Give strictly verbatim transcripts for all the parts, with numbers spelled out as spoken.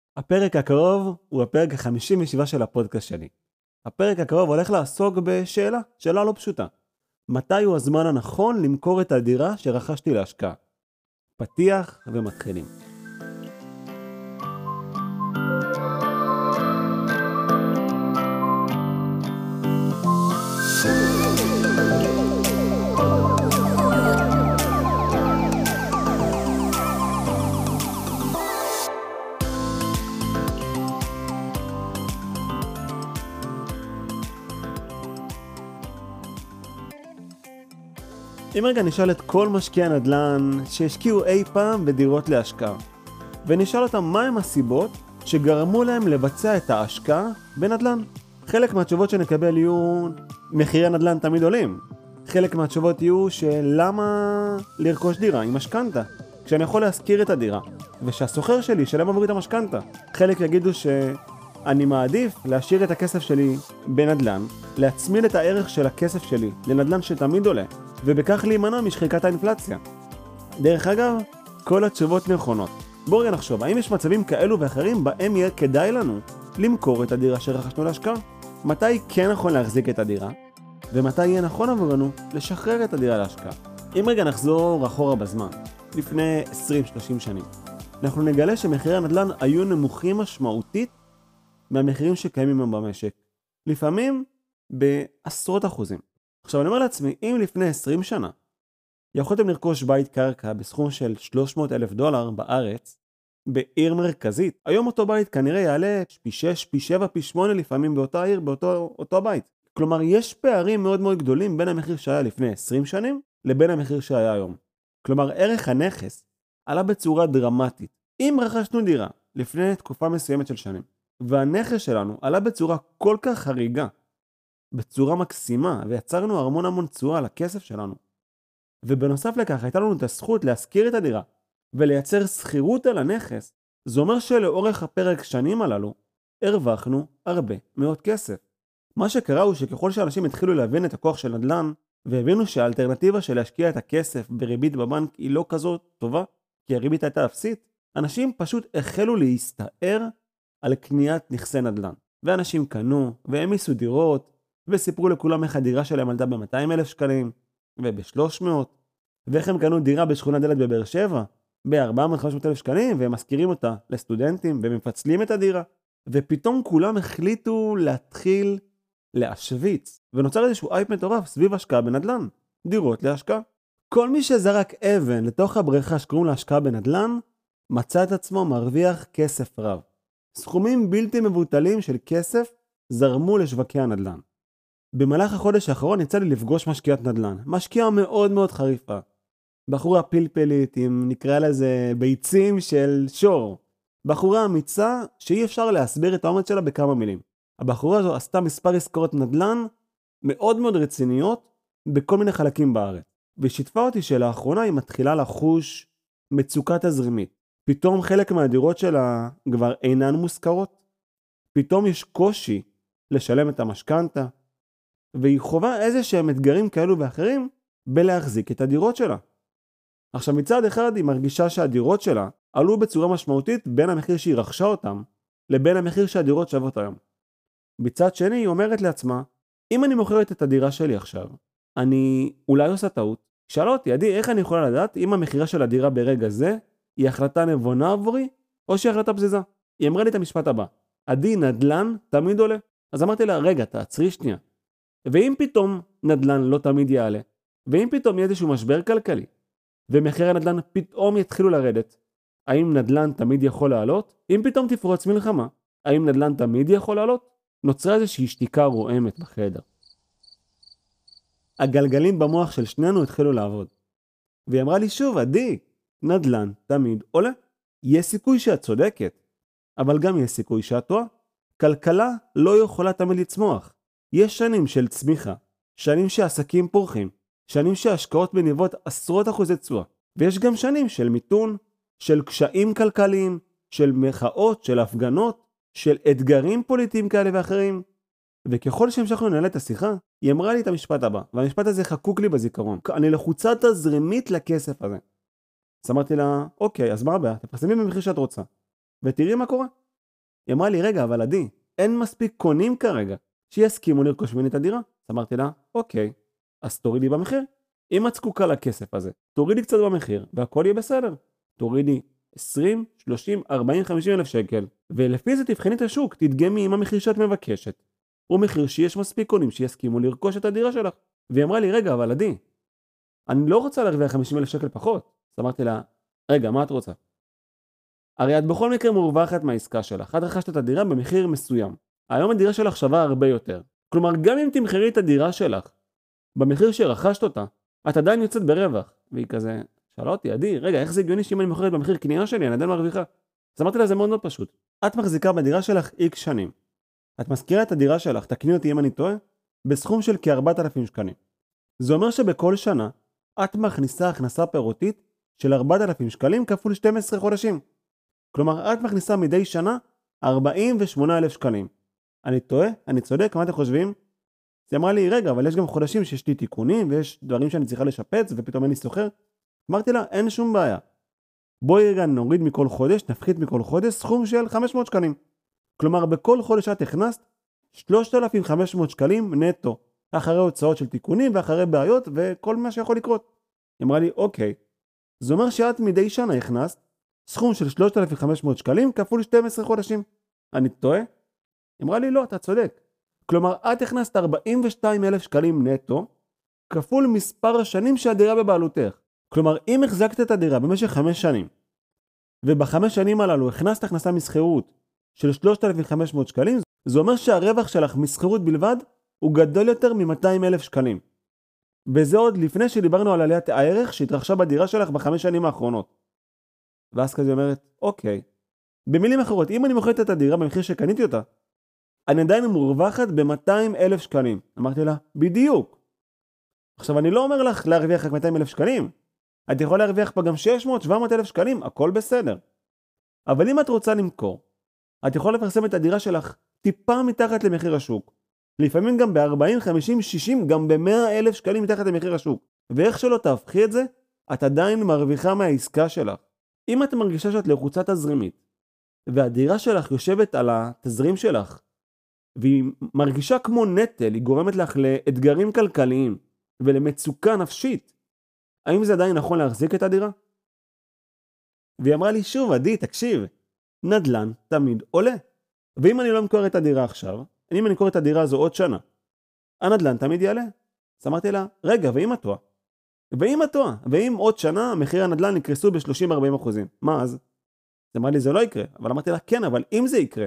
הפרק הקרוב הוא הפרק ה-חמישים ושבע של הפודקאסט שלי. הפרק הקרוב הולך לעסוק בשאלה, שאלה לא פשוטה. מתי הוא הזמן הנכון למכור את הדירה שרכשתי להשקעה? פתיח ומתחילים. אם רגע נשאל את כל משקיעי הנדל"ן שהשקיעו אי פעם בדירות להשקעה, ונשאל אותם מהם הסיבות שגרמו להם לבצע את ההשקעה בנדל"ן. חלק מהתשובות שנקבל יהיו מחירי הנדל"ן תמיד עולים. חלק מהתשובות יהיו שלמה לרכוש דירה עם משכנתה, כשאני יכול להשכיר את הדירה, ושהסוחר שלי שלם עבור את המשכנתה. חלק יגידו שאני מעדיף להשאיר את הכסף שלי בנדל"ן, להצמיד את הערך של הכסף שלי לנדל"ן שתמיד עולה, ובכך להימנע משחיקת האינפלציה. דרך אגב, כל התשובות נכונות. בואו רגע נחשוב, האם יש מצבים כאלו ואחרים בהם יהיה כדאי לנו למכור את הדירה שרכשנו להשקעה? מתי כן נכון להחזיק את הדירה? ומתי יהיה נכון עבורנו לשחרר את הדירה להשקעה? אם רגע נחזור אחורה בזמן, לפני עשרים שלושים שנים, אנחנו נגלה שמחירי הנדל"ן היו נמוכים משמעותית מהמחירים שקיימים במשק. לפעמים בעשרות אחוזים. עכשיו אני אומר לעצמי, אם לפני עשרים שנה יכולתם לרכוש בית קרקע בסכום של שלוש מאות אלף דולר בארץ, בעיר מרכזית, היום אותו בית כנראה יעלה פי שש, פי שבע, פי שמונה לפעמים באותה עיר, באותו אותו בית. כלומר, יש פערים מאוד מאוד גדולים בין המחיר שהיה לפני עשרים שנים לבין המחיר שהיה היום. כלומר, ערך הנכס עלה בצורה דרמטית. אם רכשנו דירה לפני תקופה מסוימת של שנים, והנכס שלנו עלה בצורה כל כך חריגה, בצורה מקסימה, ויצרנו המון המון תשואה על הכסף שלנו. ובנוסף לכך, הייתה לנו את הזכות להשכיר את הדירה, ולייצר שכירות על הנכס. זה אומר שלאורך הפרק שנים הללו, הרווחנו הרבה מאוד כסף. מה שקרה הוא שככל שאנשים התחילו להבין את הכוח של נדל"ן, והבינו שהאלטרנטיבה של להשקיע את הכסף בריבית בבנק היא לא כזאת טובה, כי הריבית הייתה אפסית, אנשים פשוט החלו להסתער על קניית נכסי נדל"ן. ואנשים קנו, והם ייסו דירות, וסיפרו לכולם איך הדירה שלהם עלתה ב-מאתיים אלף שקלים, וב-שלוש מאות, ואיך הם קנו דירה בשכונה דלת בבאר שבע, ב-ארבע מאות חמש מאות אלף שקלים, והם מזכירים אותה לסטודנטים, ומפצלים את הדירה. ופתאום כולם החליטו להתחיל להשוויץ, ונוצר איזשהו אייפ מטורף סביב השקעה בנדל"ן, דירות להשקעה. כל מי שזרק אבן לתוך הבריכה שקוראים להשקעה בנדל"ן, מצא את עצמו מרוויח כסף רב. סכומים בלתי מבוטלים של כסף זרמו לשווקי הנדל"ן. במהלך החודש האחרון יצא לי לפגוש משקיעת נדל"ן, משקיעה מאוד מאוד חריפה. בחורה פלפלית עם נקרא לזה ביצים של שור. בחורה אמיצה שאי אפשר להסביר את העומד שלה בכמה מילים. הבחורה הזו עשתה מספר עסקאות נדל"ן מאוד מאוד רציניות בכל מיני חלקים בארץ. ושיתפה אותי שלאחרונה היא מתחילה לחוש מצוקה תזרימית. פתאום חלק מהדירות שלה כבר אינן מושכרות. פתאום יש קושי לשלם את המשכנתה. והיא חובה איזה שהם אתגרים כאלו ואחרים בלהחזיק את הדירות שלה. עכשיו מצד אחד היא מרגישה שהדירות שלה עלו בצורה משמעותית בין המחיר שהיא רכשה אותם לבין המחיר שהדירות שוות היום. מצד שני היא אומרת לעצמה, אם אני מוכרת את הדירה שלי עכשיו, אני אולי עושה טעות. שאלה אותי, עדי, איך אני יכולה לדעת אם המחירה של הדירה ברגע זה היא החלטה נבונה עבורי או שהיא החלטה פזיזה? היא אמרה לי את המשפט הבא, עדי, נדל"ן תמיד עולה. אז אמרתי לה, רגע, תעצרי שנייה. ואם פתאום נדל"ן לא תמיד יעלה, ואם פתאום יהיה איזשהו משבר כלכלי, ומחירי הנדל"ן פתאום יתחילו לרדת, האם נדל"ן תמיד יכול לעלות? אם פתאום תפרוץ מלחמה, האם נדל"ן תמיד יכול לעלות? נוצרה איזושהי שתיקה רועמת בחדר. הגלגלים במוח של שנינו התחילו לעבוד. והיא אמרה לי שוב, עדי, נדל"ן תמיד עולה. יש סיכוי שאת צודקת, אבל גם יש סיכוי שאת טועה. כלכלה לא יכולה תמיד לצמוח. יש שנים של צמיחה, שנים שעסקים פורחים, שנים שהשקעות מניבות עשרות אחוזי תשואה, ויש גם שנים של מיתון, של קשיים כלכליים, של מחאות, של הפגנות, של אתגרים פוליטיים כאלה ואחרים. וככל שהמשכנו לנהל את השיחה, היא אמרה לי את המשפט הבא, והמשפט הזה חקוק לי בזיכרון. אני לחוצה תזרימית לכסף הזה. אז אמרתי לה, אוקיי, אז מה הבעיה? תפרסמי במחיר שאת רוצה, ותראי מה קורה. היא אמרה לי, רגע, אבל עדי, אין מספיק קונים כרגע שיסכימו לרכוש ממני את הדירה. אז אמרתי לה, אוקיי, אז תורידי במחיר. אם את זקוקה לכסף הזה, תורידי קצת במחיר, והכל יהיה בסדר. תורידי עשרים, שלושים, ארבעים, חמישים אלף שקל, ולפי זה תבחני את השוק, תדגמי עם המחיר שאת מבקשת. הוא מחיר שיש מספיק קונים שיסכימו לרכוש את הדירה שלך. והיא אמרה לי, רגע, אבל עדי, אני לא רוצה להרוויח חמישים אלף שקל פחות. אז אמרתי לה, רגע, מה את רוצה? הרי את בכל מקרה מורווחת מהעסקה שלך. את רכשת את הדירה במחיר מסוים. היום הדירה שלך שווה הרבה יותר. כלומר, גם אם תמחרי את הדירה שלך במחיר שרכשת אותה, את עדיין יוצאת ברווח. והיא כזה, שאלה אותי, עדי, רגע, איך זה הגיוני שאם אני מוכרת במחיר קנייה שלי, אני עדיין מרוויחה? אז אמרתי לה, זה מאוד מאוד פשוט. את מחזיקה בדירה שלך איקס שנים. את מזכירה את הדירה שלך, תקני אותי אם אני טועה, בסכום של כ-ארבעת אלפים שקלים. זה אומר שבכל שנה את מכניסה הכנסה פירותית של ארבעת אלפים שקלים כפול שנים עשר חודשים. כלומר, את מכניסה מדי שנה ארבעים ושמונה אלף שקלים. אני טועה? אני צודק? מה אתם חושבים? היא אמרה לי, רגע, אבל יש גם חודשים שיש לי תיקונים ויש דברים שאני צריכה לשפץ ופתאום אני סוחר. אמרתי לה, אין שום בעיה. בואי רגע נוריד מכל חודש, נפחית מכל חודש סכום של חמש מאות שקלים. כלומר, בכל חודש את הכנסת שלושת אלפים וחמש מאות שקלים נטו, אחרי הוצאות של תיקונים ואחרי בעיות וכל מה שיכול לקרות. היא אמרה לי, אוקיי, זה אומר שאת מדי שנה הכנסת סכום של שלושת אלפים וחמש מאות שקלים כפול שנים עשר חודשים. אני טועה? היא אמרה לי, לא, אתה צודק. כלומר, את הכנסת ארבעים ושניים אלף שקלים נטו כפול מספר השנים שהדירה בבעלותך. כלומר, אם החזקת את הדירה במשך חמש שנים, ובחמש שנים הללו הכנסת הכנסה מסחירות של שלושת אלפים וחמש מאות שקלים, זה אומר שהרווח שלך מסחירות בלבד הוא גדול יותר מ-מאתיים אלף שקלים. וזה עוד לפני שדיברנו על עליית הערך שהתרחשה בדירה שלך בחמש שנים האחרונות. ואז כזה אומרת, אוקיי. במילים אחרות, אם אני מוכרת את הדירה במחיר שקניתי אותה, אני עדיין מורווחת ב-מאתיים אלף שקלים. אמרתי לה, בדיוק. עכשיו, אני לא אומר לך להרוויח רק מאתיים אלף שקלים. את יכולה להרוויח פה גם שש מאות שבע מאות אלף שקלים, הכל בסדר. אבל אם את רוצה למכור, את יכולה לפרסם את הדירה שלך טיפה מתחת למחיר השוק. לפעמים גם ב-ארבעים, חמישים, שישים, גם ב-מאה אלף שקלים מתחת למחיר השוק. ואיך שלא תהפכי את זה, את עדיין מרוויחה מהעסקה שלך. אם את מרגישה שאת לחוצה תזרימית, והדירה שלך יושבת על התזרים שלך, והיא מרגישה כמו נטל, היא גורמת לך לאתגרים כלכליים ולמצוקה נפשית, האם זה עדיין נכון להחזיק את הדירה? והיא אמרה לי, שוב, עדי, תקשיב, נדל"ן תמיד עולה. ואם אני לא אמכור את הדירה עכשיו, אם אני אמכור את הדירה הזו עוד שנה, הנדל"ן תמיד יעלה. אז אמרתי לה, רגע, ואם את טועה? ואם את טועה? ואם עוד שנה מחיר הנדל"ן יקרסו ב-שלושים עד ארבעים אחוזים? מה אז? אז אמרה לי, זה לא יקרה. אבל אמרתי לה, כן, אבל אם זה יקרה,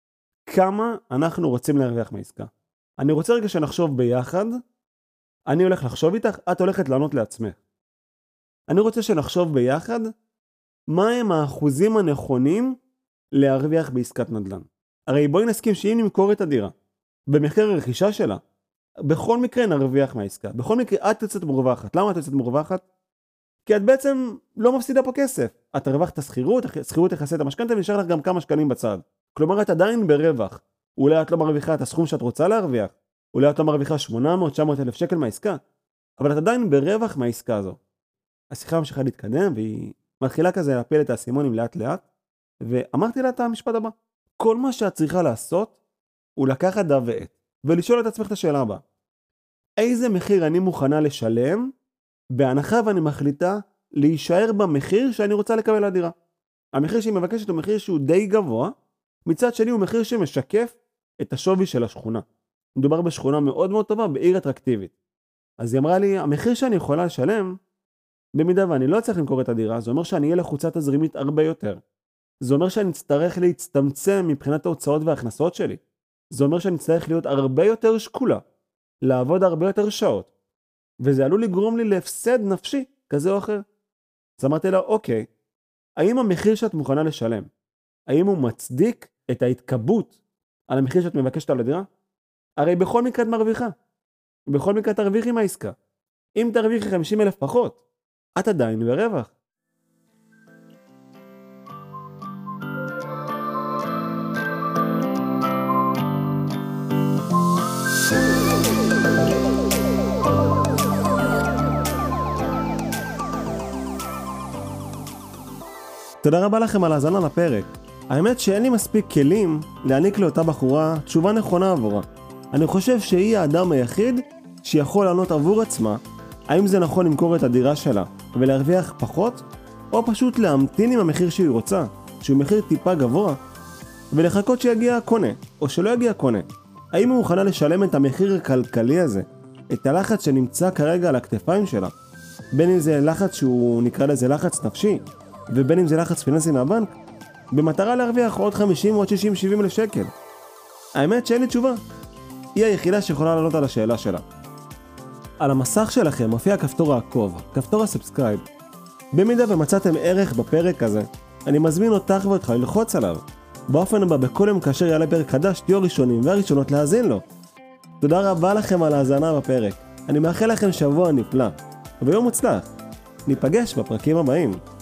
כמה אנחנו רוצים להרוויח מעסקה? אני רוצה רגע שנחשוב ביחד, אני הולך לחשוב איתך, את הולכת לענות לעצמך. אני רוצה שנחשוב ביחד, מה הם האחוזים הנכונים להרוויח בעסקת נדל"ן. הרי בואי נסכים שאם נמכור את הדירה, במחיר הרכישה שלה, בכל מקרה נרוויח מהעסקה. בכל מקרה את יוצאת מורווחת. למה את יוצאת מורווחת? כי את בעצם לא מפסידה פה כסף. את הרווחת את השכירות, השכירות תכסה את המשכנתא ונשאר לך גם כמה שקלים בצד. כלומר את עדיין ברווח. אולי את לא מרוויחה את הסכום שאת רוצה להרוויח. אולי את לא מרוויחה שמונה מאות תשע מאות אלף שקל מהעסקה. אבל את עדיין ברווח מהעסקה הזו. השיחה ממשיכה להתקדם והיא מתחילה כזה להפיל את האסימונים לאט לאט. ואמרתי לה את המשפט הבא. כל מה שאת צריכה לעשות הוא לקחת דף ועט ולשאול את עצמך את השאלה הבאה. איזה מחיר אני מוכנה לשלם בהנחה ואני מחליטה להישאר במחיר שאני רוצה לקבל לדירה. המחיר שהיא מבקשת הוא מחיר שהוא די גבוה, מצד שני הוא מחיר שמשקף את השווי של השכונה. מדובר בשכונה מאוד מאוד טובה, בעיר אטרקטיבית. אז היא אמרה לי, המחיר שאני יכולה לשלם, במידה ואני לא צריך למכור את הדירה, זה אומר שאני אהיה לחוצה תזרימית הרבה יותר. זה אומר שאני אצטרך להצטמצם מבחינת ההוצאות וההכנסות שלי. זה אומר שאני אצטרך להיות הרבה יותר שקולה, לעבוד הרבה יותר שעות, וזה עלול לגרום לי להפסד נפשי כזה או אחר. אז אמרתי לה, אוקיי, האם המחיר שאת מוכנה לשלם, האם הוא מצדיק את ההתקבות על המחיר שאת מבקשת על הדירה? הרי בכל מקרה את מרוויחה. בכל מקרה תרוויחי מהעסקה. אם תרוויחי חמישים אלף פחות, את עדיין ברווח. תודה רבה לכם על האזנה לפרק. האמת שאין לי מספיק כלים להעניק לאותה בחורה תשובה נכונה עבורה. אני חושב שהיא האדם היחיד שיכול לענות עבור עצמה האם זה נכון למכור את הדירה שלה ולהרוויח פחות, או פשוט להמתין עם המחיר שהיא רוצה, שהוא מחיר טיפה גבוה, ולחכות שיגיע הקונה, או שלא יגיע הקונה. האם היא מוכנה לשלם את המחיר הכלכלי הזה, את הלחץ שנמצא כרגע על הכתפיים שלה, בין אם זה לחץ שהוא נקרא לזה לחץ נפשי, ובין אם זה לחץ פיננסי מהבנק, במטרה להרוויח עוד חמישים, עוד שישים, שבעים אלף שקל. האמת שאין לי תשובה. היא היחידה שיכולה לענות על השאלה שלה. על המסך שלכם מופיע כפתור העקוב, כפתור הסאבסקרייב. במידה ומצאתם ערך בפרק הזה, אני מזמין אותך ואותך ללחוץ עליו. באופן הבא בכל יום כאשר יעלה פרק חדש תהיו הראשונים והראשונות להאזין לו. תודה רבה לכם על ההאזנה בפרק. אני מאחל לכם שבוע נפלא, ויום מוצלח. ניפגש בפרקים הבאים.